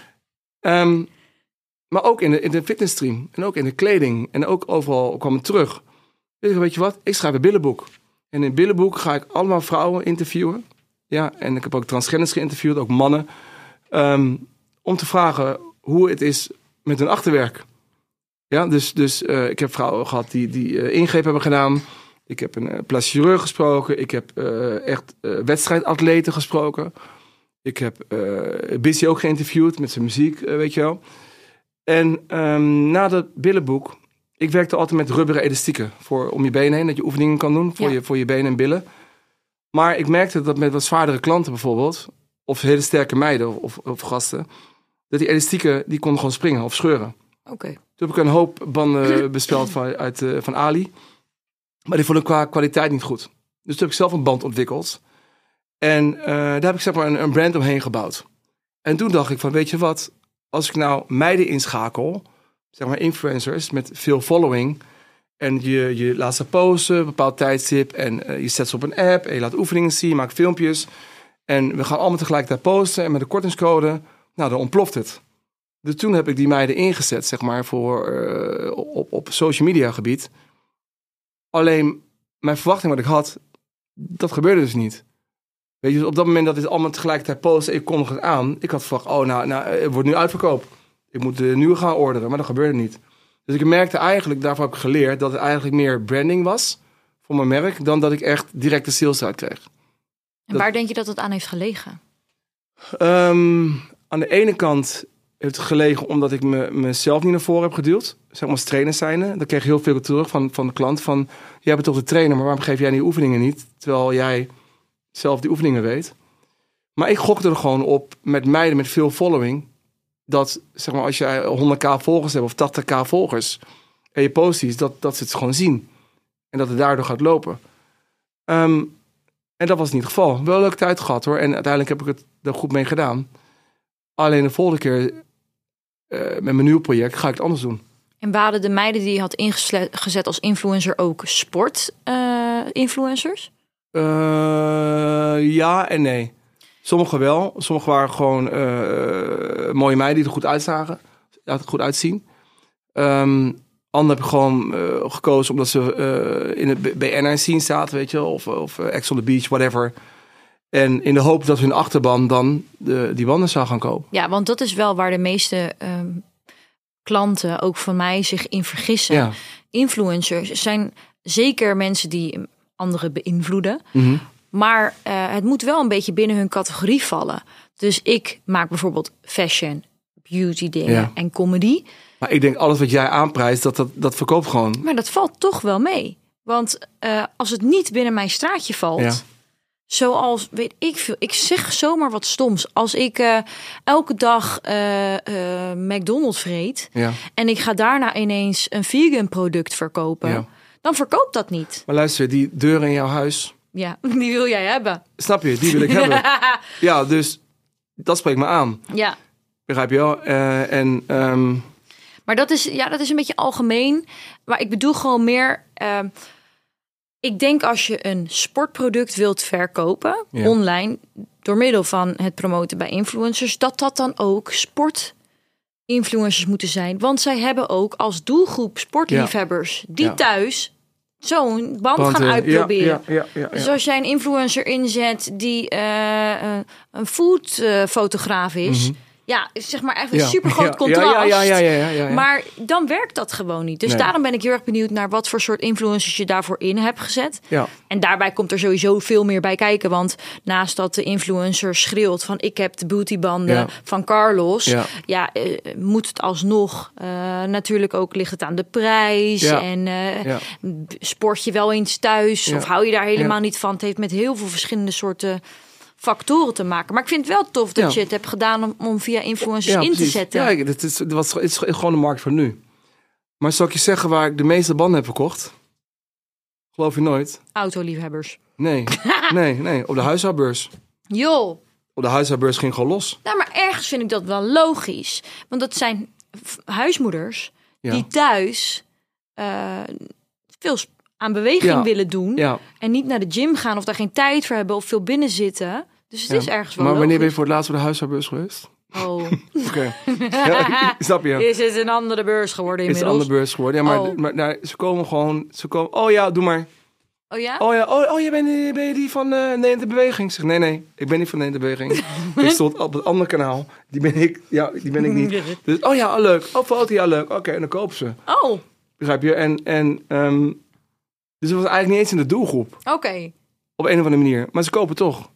um, maar ook in de, in de fitnessstream. En ook in de kleding. En ook overal kwam het terug. Weet je wat? Ik schrijf een billenboek. En in het billenboek ga ik allemaal vrouwen interviewen. Ja, en ik heb ook transgenders geïnterviewd, ook mannen. Um, om te vragen hoe het is met hun achterwerk. Ja, dus, dus uh, ik heb vrouwen gehad die, die uh, ingreep hebben gedaan. Ik heb een uh, plastisch chirurg gesproken. Ik heb uh, echt uh, wedstrijdatleten gesproken. Ik heb uh, Busy ook geïnterviewd met zijn muziek, uh, weet je wel. En um, na dat billenboek... Ik werkte altijd met rubberen elastieken voor, om je benen heen. Dat je oefeningen kan doen voor, ja. je, voor je benen en billen. Maar ik merkte dat met wat zwaardere klanten bijvoorbeeld... of hele sterke meiden of, of gasten... dat die elastieken, die konden gewoon springen of scheuren. Oké. Okay. Toen heb ik een hoop banden besteld van, uit, uh, van Ali. Maar die vond ik qua kwaliteit niet goed. Dus toen heb ik zelf een band ontwikkeld. En uh, daar heb ik zeg maar een, een brand omheen gebouwd. En toen dacht ik van, weet je wat... als ik nou meiden inschakel... zeg maar influencers met veel following... en je, je laat ze posten, een bepaald tijdstip... en uh, je zet ze op een app en je laat oefeningen zien... je maakt filmpjes... en we gaan allemaal tegelijkertijd posten... en met een kortingscode, nou, dan ontploft het. Dus toen heb ik die meiden ingezet, zeg maar, voor uh, op, op social media gebied. Alleen mijn verwachting wat ik had, dat gebeurde dus niet. Weet je, dus op dat moment dat dit allemaal tegelijkertijd posten, ik kondig het aan. Ik had verwacht, oh, nou, nou het wordt nu uitverkoop. Ik moet uh, nu gaan orderen, maar dat gebeurde niet. Dus ik merkte eigenlijk, daarvoor heb ik geleerd, dat het eigenlijk meer branding was voor mijn merk, dan dat ik echt direct de sales uit kreeg. En dat, waar denk je dat het aan heeft gelegen? Um, aan de ene kant heeft het gelegen omdat ik me, mezelf niet naar voren heb geduwd. Zeg maar als trainer zijnde. Dan kreeg ik heel veel terug van, van de klant. Van, jij bent toch de trainer, maar waarom geef jij die oefeningen niet? Terwijl jij zelf die oefeningen weet. Maar ik gokte er gewoon op met meiden met veel following. Dat zeg maar als jij honderdduizend volgers hebt of tachtigduizend volgers. En je post iets, dat, dat ze het gewoon zien. En dat het daardoor gaat lopen. Um, en dat was niet het geval. Wel een leuke tijd gehad hoor. En uiteindelijk heb ik het er goed mee gedaan. Alleen de volgende keer uh, met mijn nieuw project ga ik het anders doen. En waren de meiden die je had ingezet als influencer ook sport-influencers? Uh, uh, ja en nee. Sommige wel. Sommige waren gewoon uh, mooie meiden die er goed uitzagen. Er goed uitzien. Um, Anderen heb ik gewoon uh, gekozen omdat ze uh, in het B N R scene zaten, weet je. Of, of uh, Ex on the Beach, whatever. En in de hoop dat hun achterban dan de, die banden zou gaan kopen. Ja, want dat is wel waar de meeste um, klanten, ook van mij, zich in vergissen. Ja. Influencers zijn zeker mensen die anderen beïnvloeden. Mm-hmm. Maar uh, het moet wel een beetje binnen hun categorie vallen. Dus ik maak bijvoorbeeld fashion, beauty dingen ja. en comedy. Maar ik denk alles wat jij aanprijst, dat, dat, dat verkoopt gewoon. Maar dat valt toch wel mee. Want uh, als het niet binnen mijn straatje valt... Ja. Zoals, weet ik veel, ik zeg zomaar wat stoms. Als ik uh, elke dag uh, uh, McDonald's vreet... Ja. en ik ga daarna ineens een vegan product verkopen... Ja. dan verkoopt dat niet. Maar luister, die deur in jouw huis... Ja, die wil jij hebben. Snap je, die wil ik hebben. Ja, dus dat spreekt me aan. Ja. Begrijp je wel? Uh, en... Um... Maar dat is, ja, dat is een beetje algemeen. Maar ik bedoel gewoon meer... Uh, ik denk als je een sportproduct wilt verkopen, ja. online, door middel van het promoten bij influencers, dat dat dan ook sportinfluencers moeten zijn. Want zij hebben ook als doelgroep sportliefhebbers ja. die ja. thuis zo'n band Band, gaan uitproberen. Ja, ja, ja, ja, ja. Dus als jij een influencer inzet die uh, een foodfotograaf uh, is... Mm-hmm. Ja, zeg maar echt een ja. super groot contrast. Ja, ja, ja, ja, ja, ja, ja. Maar dan werkt dat gewoon niet. Dus nee. daarom ben ik heel erg benieuwd naar wat voor soort influencers je daarvoor in hebt gezet. Ja. En daarbij komt er sowieso veel meer bij kijken. Want naast dat de influencer schreeuwt van ik heb de bootybanden ja. van Carlos. Ja, ja uh, moet het alsnog uh, natuurlijk ook ligt het aan de prijs. Ja. En uh, ja. sport je wel eens thuis ja. of hou je daar helemaal ja. niet van. Het heeft met heel veel verschillende soorten factoren te maken. Maar ik vind het wel tof dat ja. je het hebt gedaan om, om via influencers ja, in precies. te zetten. Ja, het is, het, was, het is gewoon de markt van nu. Maar zal ik je zeggen waar ik de meeste banden heb verkocht? Geloof je nooit. Autoliefhebbers. Nee, nee, nee. Op de huishoudbeurs. Joh. Op de huishoudbeurs ging gewoon los. Nou, maar ergens vind ik dat wel logisch. Want dat zijn huismoeders ja. die thuis uh, veel aan beweging ja. willen doen. Ja. En niet naar de gym gaan of daar geen tijd voor hebben of veel binnen zitten. Dus het ja. is ergens wel Maar wanneer logisch. ben je voor het laatst op de huishoudbeurs geweest? Oh. Oké. Okay. Ja, snap je? Is het een andere beurs geworden inmiddels? Is het een andere beurs geworden. Ja, maar, oh. maar nou, ze komen gewoon... Ze komen, oh ja, doe maar. Oh ja? Oh ja, oh, oh je bent, ben je die van uh, Nederlandse Beweging? Ik zeg, nee, nee, ik ben niet van Nederlandse Beweging. Ik stond op het andere kanaal. Die ben ik, ja, die ben ik niet. Dus, oh ja, oh, leuk. Oh, foto, ja, leuk. Oké, okay, en dan kopen ze. Oh. Begrijp je? En... en um, dus het was eigenlijk niet eens in de doelgroep. Oké. Okay. Op een of andere manier. Maar ze kopen toch.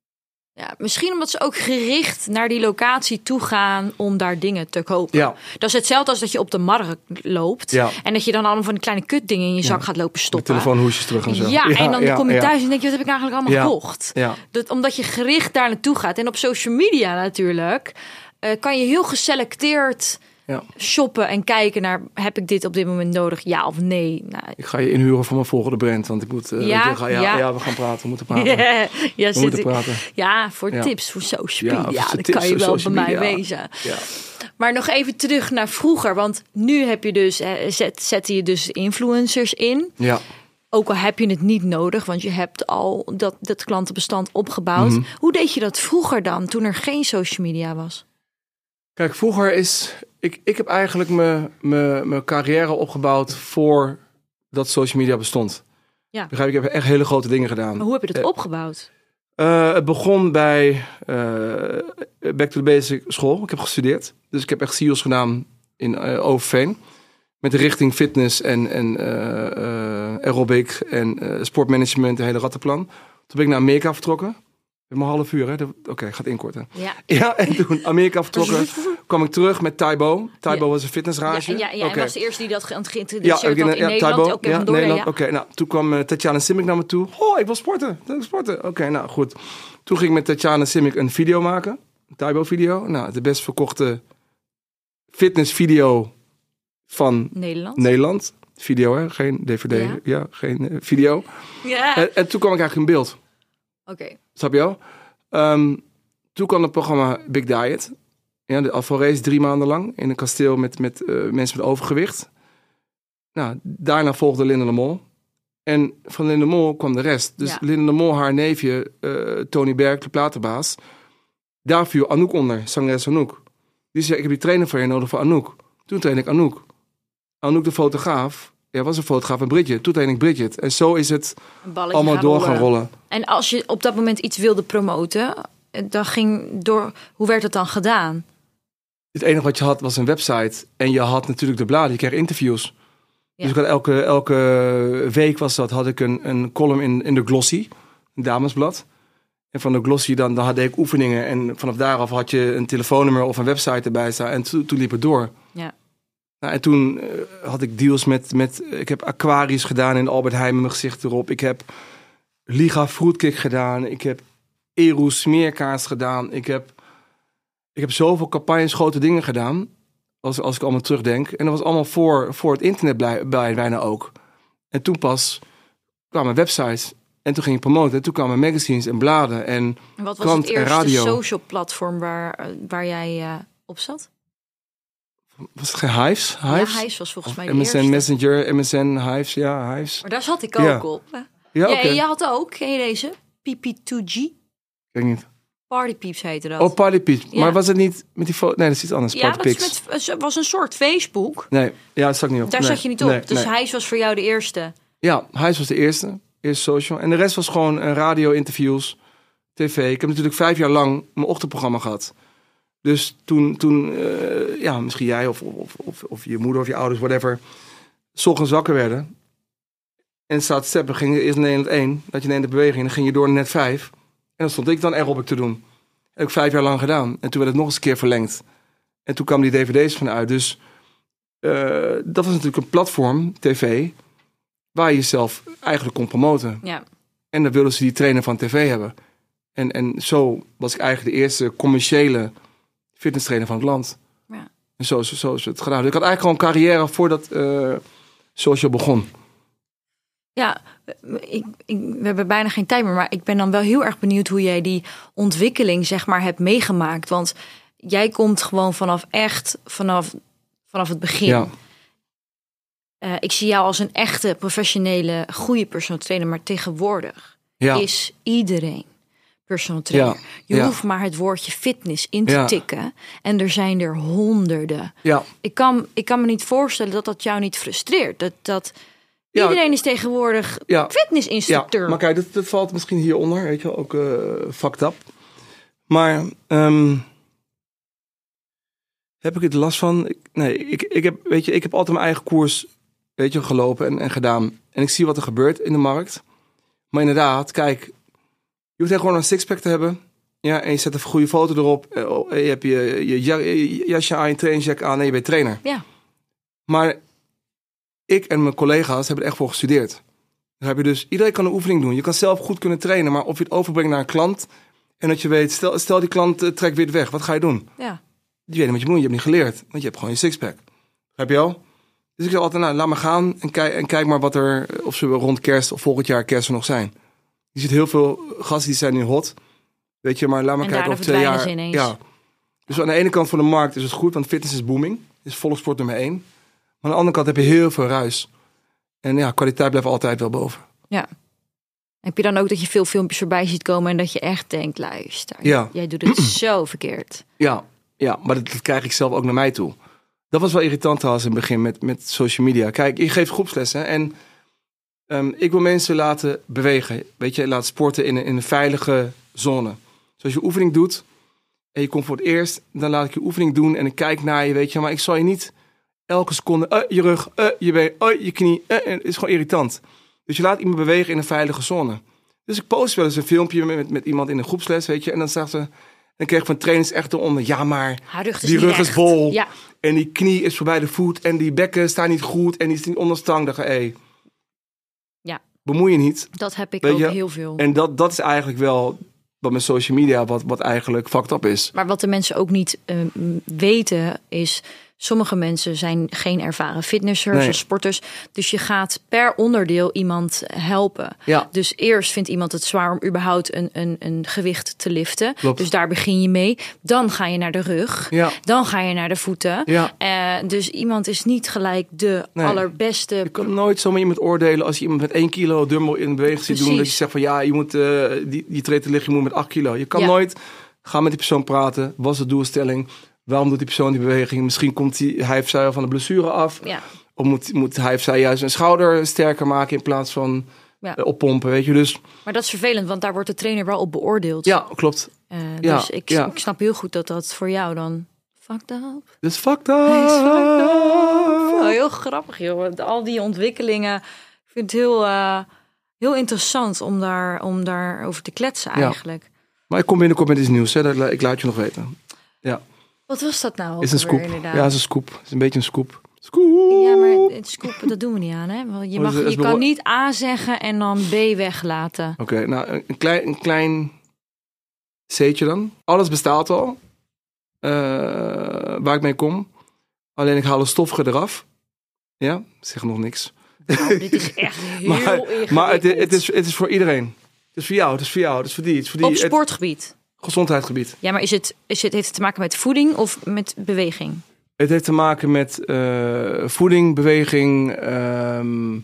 Ja, misschien omdat ze ook gericht naar die locatie toe gaan om daar dingen te kopen. Ja. Dat is hetzelfde als dat je op de markt loopt. Ja. En dat je dan allemaal van die kleine kutdingen in je zak ja. gaat lopen stoppen. Met telefoonhoesjes terug en zo. Ja, ja en dan ja, kom je thuis ja. en denk je, wat heb ik eigenlijk allemaal ja. gekocht? Ja. Dat, omdat je gericht daar naartoe gaat. En op social media natuurlijk uh, kan je heel geselecteerd... Ja. shoppen en kijken naar, heb ik dit op dit moment nodig, ja of nee? Nou, ik ga je inhuren voor mijn volgende brand, want ik moet, uh, ja, je, ga, ja, ja. ja, we gaan praten, we moeten praten. Yeah, ja, we moeten ik, praten. Ja, voor ja. tips, voor social media, ja, ja, dat kan je wel bij media. mij wezen. Ja. Maar nog even terug naar vroeger, want nu heb je dus, eh, zet, zette je dus influencers in. Ja. Ook al heb je het niet nodig, want je hebt al dat, dat klantenbestand opgebouwd. Mm-hmm. Hoe deed je dat vroeger dan, toen er geen social media was? Kijk, vroeger is... Ik, ik heb eigenlijk mijn- mijn mijn carrière opgebouwd voordat social media bestond. Ja. Begrijp je? Ik heb echt hele grote dingen gedaan. Maar hoe heb je dat Eh, opgebouwd? Uh, het begon bij uh, Back to the Basic school. Ik heb gestudeerd. Dus ik heb echt C I O S gedaan in uh, Overveen. Met de richting fitness en, en uh, uh, aerobic en uh, sportmanagement, een hele rattenplan. Toen ben ik naar Amerika vertrokken. Ik heb maar een half uur, hè? De- Oké, okay, ik ga het inkorten. Ja. Ja, en toen Amerika vertrokken, kwam ik terug met Taibo. Taibo Ja. was een fitnessrage. Ja, ja, ja, Oké. en was de eerste die dat ge- Ja, geïntroduceerd ik- had in ja, Nederland. Taibo, Oké, ja, vandoor, Nederland. ja. Oké, nou, toen kwam uh, Tatjana Simic naar me toe. Oh, ik wil sporten. Ik wil sporten. Oké, nou goed. Toen ging ik met Tatjana Simic een video maken. Een Taibo-video. Nou, de best verkochte fitnessvideo van Nederland. Nederland. Video, hè? Geen D V D. Ja, Ja. geen uh, video. Ja. En, en toen kwam ik eigenlijk in beeld. Oké. Snap je wel? Um, toen kwam het programma Big Diet. Ja, de Alvarez drie maanden lang in een kasteel met, met uh, mensen met overgewicht. Nou, daarna volgde Linda de Mol. En van Linda de Mol kwam de rest. Dus Ja. Linda de Mol, haar neefje, uh, Tony Berg, de platenbaas. Daar viel Anouk onder, zangeres Anouk. Die zei, ik heb die trainer voor je nodig voor Anouk. Toen train ik Anouk. Anouk de fotograaf, ja, was een fotograaf van Bridget. Toen train ik Bridget. En zo is het Een balletje allemaal gaan door rollen. gaan rollen. En als je op dat moment iets wilde promoten, dan ging door. Hoe werd het dan gedaan? Het enige wat je had was een website. En je had natuurlijk de bladen. Je kreeg interviews. Ja. Dus ik had elke, elke week was dat, had ik een, een column in, in de Glossy. Een damesblad. En van de Glossy dan, dan had ik oefeningen. En vanaf daaraf had je een telefoonnummer of een website erbij staan. En to, toen liep het door. Ja. Nou, en toen uh, had ik deals met, met... Ik heb Aquarius gedaan in Albert Heijn met mijn gezicht erop. Ik heb Liga Fruitkick gedaan. Ik heb Eru smeerkaas gedaan. Ik heb, ik heb zoveel campagnes, grote dingen gedaan. Als, als ik allemaal terugdenk. En dat was allemaal voor, voor het internet bij, bij, bijna ook. En toen pas kwamen websites. En toen ging ik promoten. En toen kwamen magazines en bladen en En wat was krant het en eerste radio. social platform waar, eh, waar jij uh, op zat? Was het geen Hives? Hives? Ja, Hives was volgens mij de M S N eerste. Messenger, M S N, Hives, ja, Hives. Maar daar zat ik ook Ja. op. hè? Ja, Ja, oké. en je had ook, ken je deze? P P twee G? Kijk niet. Party Peeps heette dat. Oh, Partypiece. Ja. Maar was het niet met die foto? Nee, dat is iets anders. ja, dat Partypics. was, met, was een soort Facebook. Nee, ja, dat stak niet op. Daar nee. zat je niet op. Nee, dus nee. hij was voor jou de eerste. Ja, Hives was de eerste. Eerste social. En de rest was gewoon uh, radio, interviews, tv. Ik heb natuurlijk vijf jaar lang mijn ochtendprogramma gehad. Dus toen, toen uh, ja, misschien jij of, of, of, of je moeder of je ouders, whatever, 's ochtends wakker werden. En staat steppen, ging eerst naar Nederland één, dat je in de beweging, en dan ging je door naar net vijf. En dan stond ik dan aerobic te doen. Dat heb ik vijf jaar lang gedaan. En toen werd het nog eens een keer verlengd. En toen kwamen die dvd's vanuit. Dus uh, dat was natuurlijk een platform, tv, waar je jezelf eigenlijk kon promoten. Ja. En dan wilden ze die trainer van tv hebben. En, en zo was ik eigenlijk de eerste commerciële fitnesstrainer van het land. Ja. En zo, zo, zo is het gedaan. Dus ik had eigenlijk gewoon een carrière voordat uh, social begon. Ja, ik, ik, we hebben bijna geen tijd meer, maar ik ben dan wel heel erg benieuwd hoe jij die ontwikkeling, zeg maar, hebt meegemaakt. Want jij komt gewoon vanaf echt, vanaf, vanaf het begin. Ja. Uh, ik zie jou als een echte, professionele, goede personal trainer, maar tegenwoordig Ja. is iedereen personal trainer. Ja. Je Ja. hoeft maar het woordje fitness in te Ja. tikken en er zijn er honderden. Ja. Ik kan, ik kan me niet voorstellen dat dat jou niet frustreert. Dat, dat Ja. iedereen is tegenwoordig Ja. fitnessinstructeur. Ja, maar kijk, dat, dat valt misschien hieronder, weet je wel, ook uh, fucked up. Maar um, heb ik het last van? Ik, nee, ik, ik, heb, weet je, ik heb altijd mijn eigen koers, weet je, gelopen en, en gedaan. En ik zie wat er gebeurt in de markt. Maar inderdaad, kijk, je hoeft echt gewoon een sixpack te hebben. Ja, en je zet een goede foto erop. Je hebt je, je, je jasje aan, je trainingsjack aan en je bent trainer. Ja. Maar ik en mijn collega's hebben er echt voor gestudeerd. Dan heb je dus, iedereen kan een oefening doen. Je kan zelf goed kunnen trainen, maar of je het overbrengt naar een klant en dat je weet, stel, stel die klant uh, trekt weer weg, wat ga je doen? Ja. Je weet niet wat je moet, je hebt niet geleerd, want je hebt gewoon je sixpack. Heb je al? Dus ik zeg altijd, nou, laat maar gaan en kijk, en kijk maar wat er, of ze rond kerst of volgend jaar kerst er nog zijn. Je ziet heel veel gasten die zijn nu hot, weet je, maar laat maar En kijken daarna of twee jaar. verdwijnen ze ineens. Ja. Dus aan de ene kant van de markt is het goed, want fitness is booming, is volkssport nummer één. Maar aan de andere kant heb je heel veel ruis. En ja, kwaliteit blijft altijd wel boven. Ja. Heb je dan ook dat je veel filmpjes voorbij ziet komen en dat je echt denkt, luister, Ja. jij doet het zo verkeerd. Ja, Ja, maar dat, dat krijg ik zelf ook naar mij toe. Dat was wel irritant trouwens in het begin met, met social media. Kijk, ik geef groepslessen en um, ik wil mensen laten bewegen. Weet je, laten sporten in een, in een veilige zone. Dus als je oefening doet en je komt voor het eerst, dan laat ik je oefening doen en ik kijk naar je, weet je. Maar ik zal je niet elke seconde, uh, je rug, uh, je been, uh, je knie. Uh, het is gewoon irritant. Dus je laat iemand bewegen in een veilige zone. Dus ik post wel eens een filmpje met, met iemand in een groepsles, weet je. En dan zegt ze, dan kreeg ik van trainers echt eronder, ja maar Haar rug is die niet rug is recht. bol. Ja. En die knie is voorbij de voet. En die bekken staan niet goed. En die is niet onderstang. Dan ga hey, Ja. bemoei je niet. Dat heb ik Weet ook je? heel veel. En dat, dat is eigenlijk wel wat met social media, wat, wat eigenlijk fucked up is. Maar wat de mensen ook niet uh, weten is, sommige mensen zijn geen ervaren fitnessers Nee. of sporters. Dus je gaat per onderdeel iemand helpen. Ja. Dus eerst vindt iemand het zwaar om überhaupt een, een, een gewicht te liften. Klopt. Dus daar begin je mee. Dan ga je naar de rug. Ja. Dan ga je naar de voeten. Ja. Uh, dus iemand is niet gelijk de Nee. allerbeste. Je kan nooit zomaar iemand oordelen als je iemand met één kilo dumbbell in beweging ziet doen. Dat je Precies. zegt van ja, je moet uh, die, die treed te liggen, je moet met acht kilo. Je kan Ja. nooit gaan met die persoon praten. Wat is de doelstelling? Waarom doet die persoon die beweging? Misschien komt hij, hij of zij al van de blessure af. Ja. Of moet, moet hij of zij juist een schouder sterker maken in plaats van Ja. uh, oppompen, weet je. Dus Maar dat is vervelend, want daar wordt de trainer wel op beoordeeld. ja, klopt. Uh, Ja, dus ik, ja. ik snap heel goed dat dat voor jou dan fucked up. Dus fucked up. Hij is fucked up. Oh, heel grappig, joh. Al die ontwikkelingen. Ik vind het heel, uh, heel interessant om daar, om daar over te kletsen Ja. eigenlijk. Maar ik kom binnenkort met iets nieuws, hè. Dat, la- ik laat je nog weten. Ja, Wat was dat nou? ook is een alweer, scoop. inderdaad? Ja, is een scoop. Is een beetje een scoop. Scoop. Ja, maar het scoop, dat doen we niet aan, hè? Want je, Oh, mag, is het- is je het kan wel- niet A zeggen en dan B weglaten. Oké, nou, een, een klein, een klein C'tje dan. Alles bestaat al. Uh, waar ik mee kom. Alleen ik haal de stoffige eraf. Ja, zeg nog niks. Nou, dit is echt heel maar ingewikkeld. maar het, het, is, het is voor iedereen. Het is voor jou, het is voor jou, het is voor die, het is voor die. Op Het sportgebied. gezondheidsgebied. Ja, maar is het, is het, heeft het te maken met voeding of met beweging? Het heeft te maken met uh, voeding, beweging um,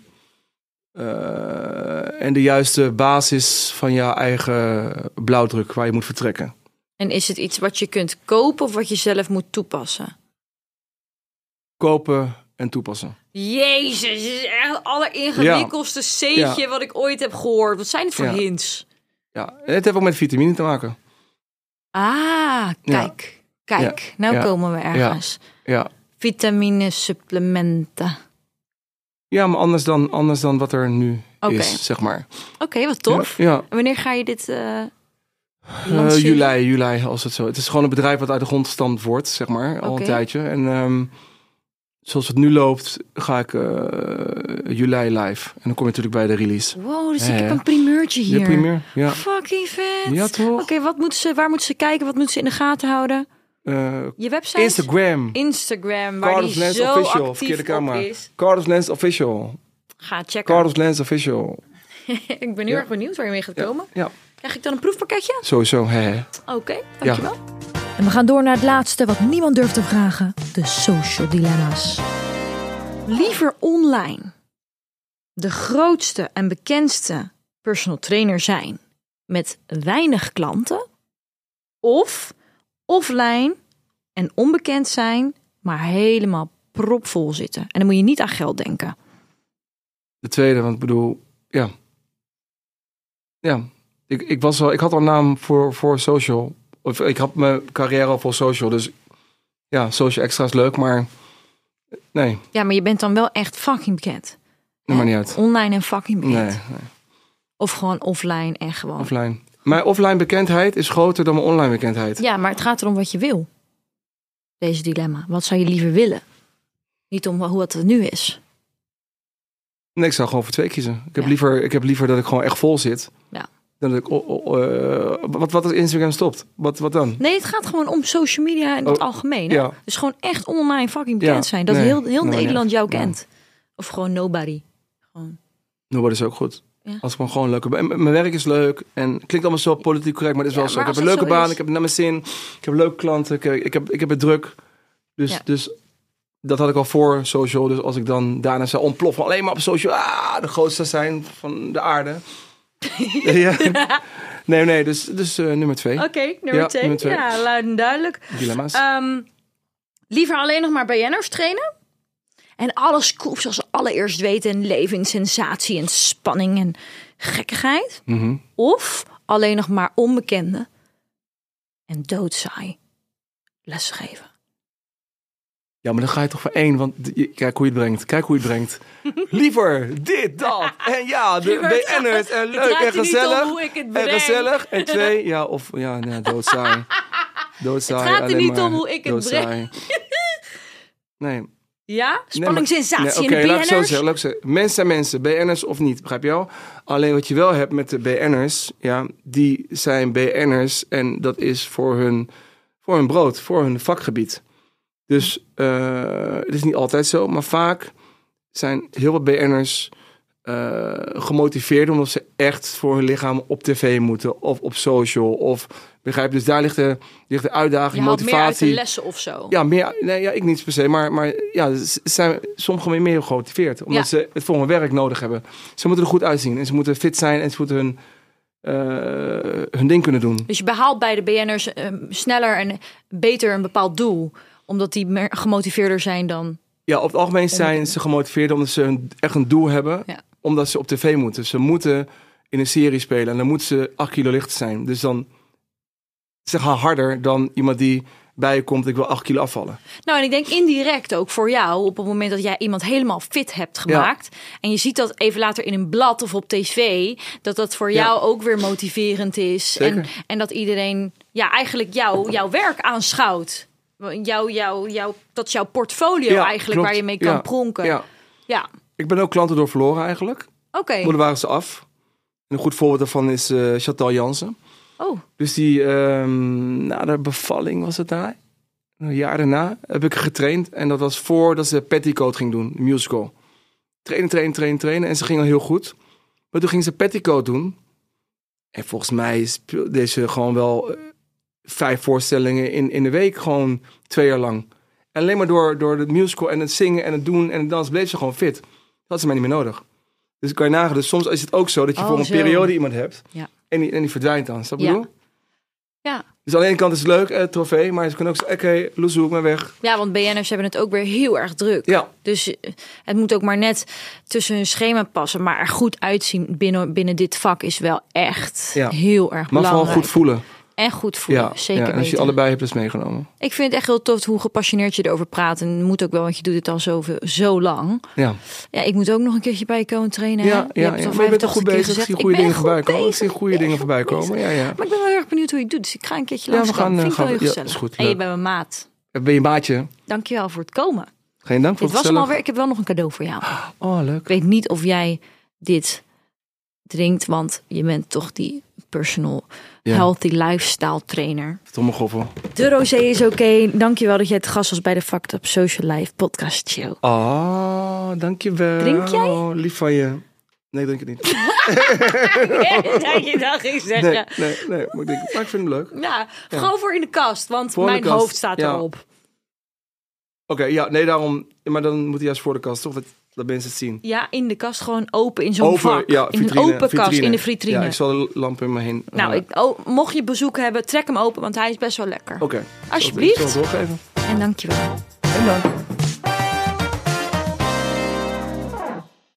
uh, en de juiste basis van jouw eigen blauwdruk waar je moet vertrekken. En is het iets wat je kunt kopen of wat je zelf moet toepassen? Kopen en toepassen. Jezus, dit is echt het alleringewikkeldste C'tje Ja. wat ik ooit heb gehoord. Wat zijn het voor Ja. hints? Ja, en het heeft ook met vitamine te maken. Ah, kijk. Kijk, Ja. nou Ja. komen we ergens. Ja, Vitamine supplementen. ja maar anders dan, anders dan wat er nu Oké. is, zeg maar. Oké, wat tof. Ja, ja. En wanneer ga je dit uh, Uh, lanceren? juli, juli, als het zo. Het is gewoon een bedrijf wat uit de grond gestampt wordt, zeg maar, al Oké. een tijdje. En um, zoals het nu loopt, ga ik uh, juli live. En dan kom je natuurlijk bij de release. Wow, dus Ja, ik heb ja. een primeurtje hier. Je primeur, ja. Fucking vet. Ja, toch? Oké, wat moeten ze, waar moeten ze kijken? Wat moeten ze in de gaten houden? Uh, Je website? Instagram. Instagram, waar Carlos die Lens zo Official, verkeerde actief op camera. is. Carlos Lens Official. Ga checken. Carlos Lens Official. Ik ben heel Ja. erg benieuwd waar je mee gaat komen. Ja, Krijg ik dan een proefpakketje? sowieso. Hè, hè. Oké, dankjewel. En we gaan door naar het laatste wat niemand durft te vragen. De social dilemma's. Liever online de grootste en bekendste personal trainer zijn met weinig klanten, of offline en onbekend zijn, maar helemaal propvol zitten. En dan moet je niet aan geld denken. De tweede, want ik bedoel, ja. Ja, ik, ik, was al, ik had al een naam voor, voor social. Of ik had mijn carrière al voor social. Dus ja, social extra is leuk, maar nee, Ja, maar je bent dan wel echt fucking bekend. dat maakt niet uit. Online en fucking bekend. Nee, nee, Of gewoon offline en gewoon. offline. Mijn offline bekendheid is groter dan mijn online bekendheid. Ja, maar het gaat erom wat je wil. Deze dilemma. Wat zou je liever willen? Niet om hoe het nu is. Nee, ik zou gewoon voor twee kiezen. Ik heb, Ja. liever, ik heb liever dat ik gewoon echt vol zit. Ja. Dan dat ik, oh, oh, uh, wat, wat als Instagram stopt? Wat, wat dan? Nee, het gaat gewoon om social media in het Oh, algemeen. Hè? ja. Dus gewoon echt online fucking bekend Ja, zijn. Dat nee, heel, heel nee, Nederland nee. jou Ja. kent. Of gewoon nobody. Gewoon. Nou, dat is ook goed. Ja. Als ik gewoon gewoon leuk. En m- mijn werk is leuk. En het klinkt allemaal zo politiek correct, maar het is Ja, wel zo. Ik maar heb een als leuke het zo baan, is- ik heb het naar mijn zin. Ik heb leuke klanten, ik, ik, heb, ik heb het druk. Dus, Ja. dus dat had ik al voor social. Dus als ik dan daarna zou ontploffen, alleen maar op social, ah, de grootste zijn van de aarde. ja. Nee, nee, dus, dus uh, nummer twee. Oké, okay, nummer, ja, nummer twee. Ja, luid en duidelijk. Dilemma's. Um, liever alleen nog maar B N'ers trainen? En alle scoops zoals we allereerst weten. En leven in sensatie en spanning en gekkigheid. Mm-hmm. Of alleen nog maar onbekende en doodsaai lesgeven. Ja, maar dan ga je toch voor één. Want kijk hoe je het brengt. Kijk hoe je het brengt. Liever dit, dat. En ja, de B N'ers. En leuk en gezellig. En gezellig. En twee, ja, of ja, nee, doodsaai. Doodsaai. Het gaat er niet maar om hoe ik het doodsaai. breng. Nee. Ja? Spanning, nee, sensatie nee, okay, in de B N'ers? Laat ik zo zeggen, laat ik zeggen. Mensen zijn mensen, B N'ers of niet, begrijp je wel? Alleen wat je wel hebt met de B N'ers, ja, die zijn B N'ers en dat is voor hun, voor hun brood, voor hun vakgebied. Dus uh, het is niet altijd zo, maar vaak zijn heel wat B N'ers uh, gemotiveerd omdat ze echt voor hun lichaam op tv moeten of op social of begrijp je? Dus daar ligt de, ligt de uitdaging, je motivatie. Meer uit de lessen of zo. Ja, meer. Nee, ja, ik niet per se, maar, maar ja, ze zijn sommigen meer gemotiveerd omdat ja. ze het voor hun werk nodig hebben. Ze moeten er goed uitzien en ze moeten fit zijn en ze moeten hun Uh, hun ding kunnen doen. Dus je behaalt bij de B N'ers uh, sneller en beter een bepaald doel, omdat die meer gemotiveerder zijn dan... Ja, op het algemeen zijn ze gemotiveerd omdat ze een, echt een doel hebben, ja. Omdat ze op tv moeten. Ze moeten in een serie spelen en dan moeten ze acht kilo lichter zijn. Dus dan ze gaan harder dan iemand die bij je komt, ik wil acht kilo afvallen. Nou, en ik denk indirect ook voor jou, op het moment dat jij iemand helemaal fit hebt gemaakt, ja. En je ziet dat even later in een blad of op tv, dat dat voor ja. jou ook weer motiverend is. En, en dat iedereen ja, eigenlijk jou, jouw werk aanschouwt. Jou, jou, jou, dat is jouw portfolio ja, eigenlijk, klopt. Waar je mee kan ja. pronken. Ja. Ja. Ik ben ook klanten door verloren eigenlijk. Oké. Okay. Maar daar waren ze af. En een goed voorbeeld daarvan is uh, Chantal Jansen. Oh. Dus die, um, na de bevalling was het daar. Een jaar daarna heb ik getraind. En dat was voordat ze Petticoat ging doen, de musical. Trainen, trainen, trainen, trainen. En ze ging al heel goed. Maar toen ging ze Petticoat doen. En volgens mij deed ze gewoon wel uh, vijf voorstellingen in, in de week. Gewoon twee jaar lang. En alleen maar door, door het musical en het zingen en het doen en het dansen bleef ze gewoon fit. Dat had ze mij niet meer nodig. Dus kan je nagaan. Dus soms is het ook zo dat je oh, voor een zo. periode iemand hebt. Ja. En die, en die verdwijnt dan. Snap je ja. bedoel? Ja. Dus aan de ene kant is het leuk, het trofee. Maar ze kunnen ook zeggen, oké, okay, loezoe, ik ben weg. Ja, want B N'ers hebben het ook weer heel erg druk. Ja. Dus het moet ook maar net tussen hun schema passen. Maar er goed uitzien binnen, binnen dit vak is wel echt ja. heel erg maar belangrijk. Maar vooral goed voelen. En goed voelen, ja, zeker ja, en als je weten. allebei hebt, is meegenomen. Ik vind het echt heel tof hoe gepassioneerd je erover praat. En moet ook wel, want je doet het al zoveel, zo lang. Ja. Ja, ik moet ook nog een keertje bij je komen trainen. Ja, hè? ja, je, ja. Maar je bent toch goed bezig. Ik zie goede dingen voorbij komen. Ik zie goede dingen voorbij komen. Ja, ja. Maar ik ben wel heel erg benieuwd hoe je het doet. Dus ik ga een keertje ja, langs we gaan, Vind uh, ik wel gaan heel we, gezellig. Ja, is goed, en je bent mijn maat. Ben je maatje? Dankjewel voor het komen. Geen dank voor dit het was hem alweer. Ik heb wel nog een cadeau voor jou. Oh, leuk. Ik weet niet of jij dit drinkt, want je bent toch die personal ja. healthy lifestyle trainer. Stomme goffel. De rosé is oké. Okay. Dankjewel dat jij het gast was bij de Fucked Up Social Life podcast show. Oh, dankjewel. Drink jij? Lief van je. Nee, drink het niet. Nee, dat je dat ging zeggen. Nee, nee, nee. Maar ik, denk, maar ik vind hem leuk. Ja, ja. Gewoon voor in de kast, want voor mijn kast. hoofd staat ja. erop. Oké, okay, ja, nee, daarom. Maar dan moet hij juist voor de kast, toch? Dat, dat mensen het zien. Ja, in de kast, gewoon open in zo'n open, vak. Ja, in vitrine, een open vitrine. kast, in de vitrine. Ja, ik zal de lamp in me heen. Nou, ik, oh, mocht je bezoek hebben, trek hem open, want hij is best wel lekker. Oké. Okay. Alsjeblieft. Ik zal het doorgeven. En dankjewel. En dank.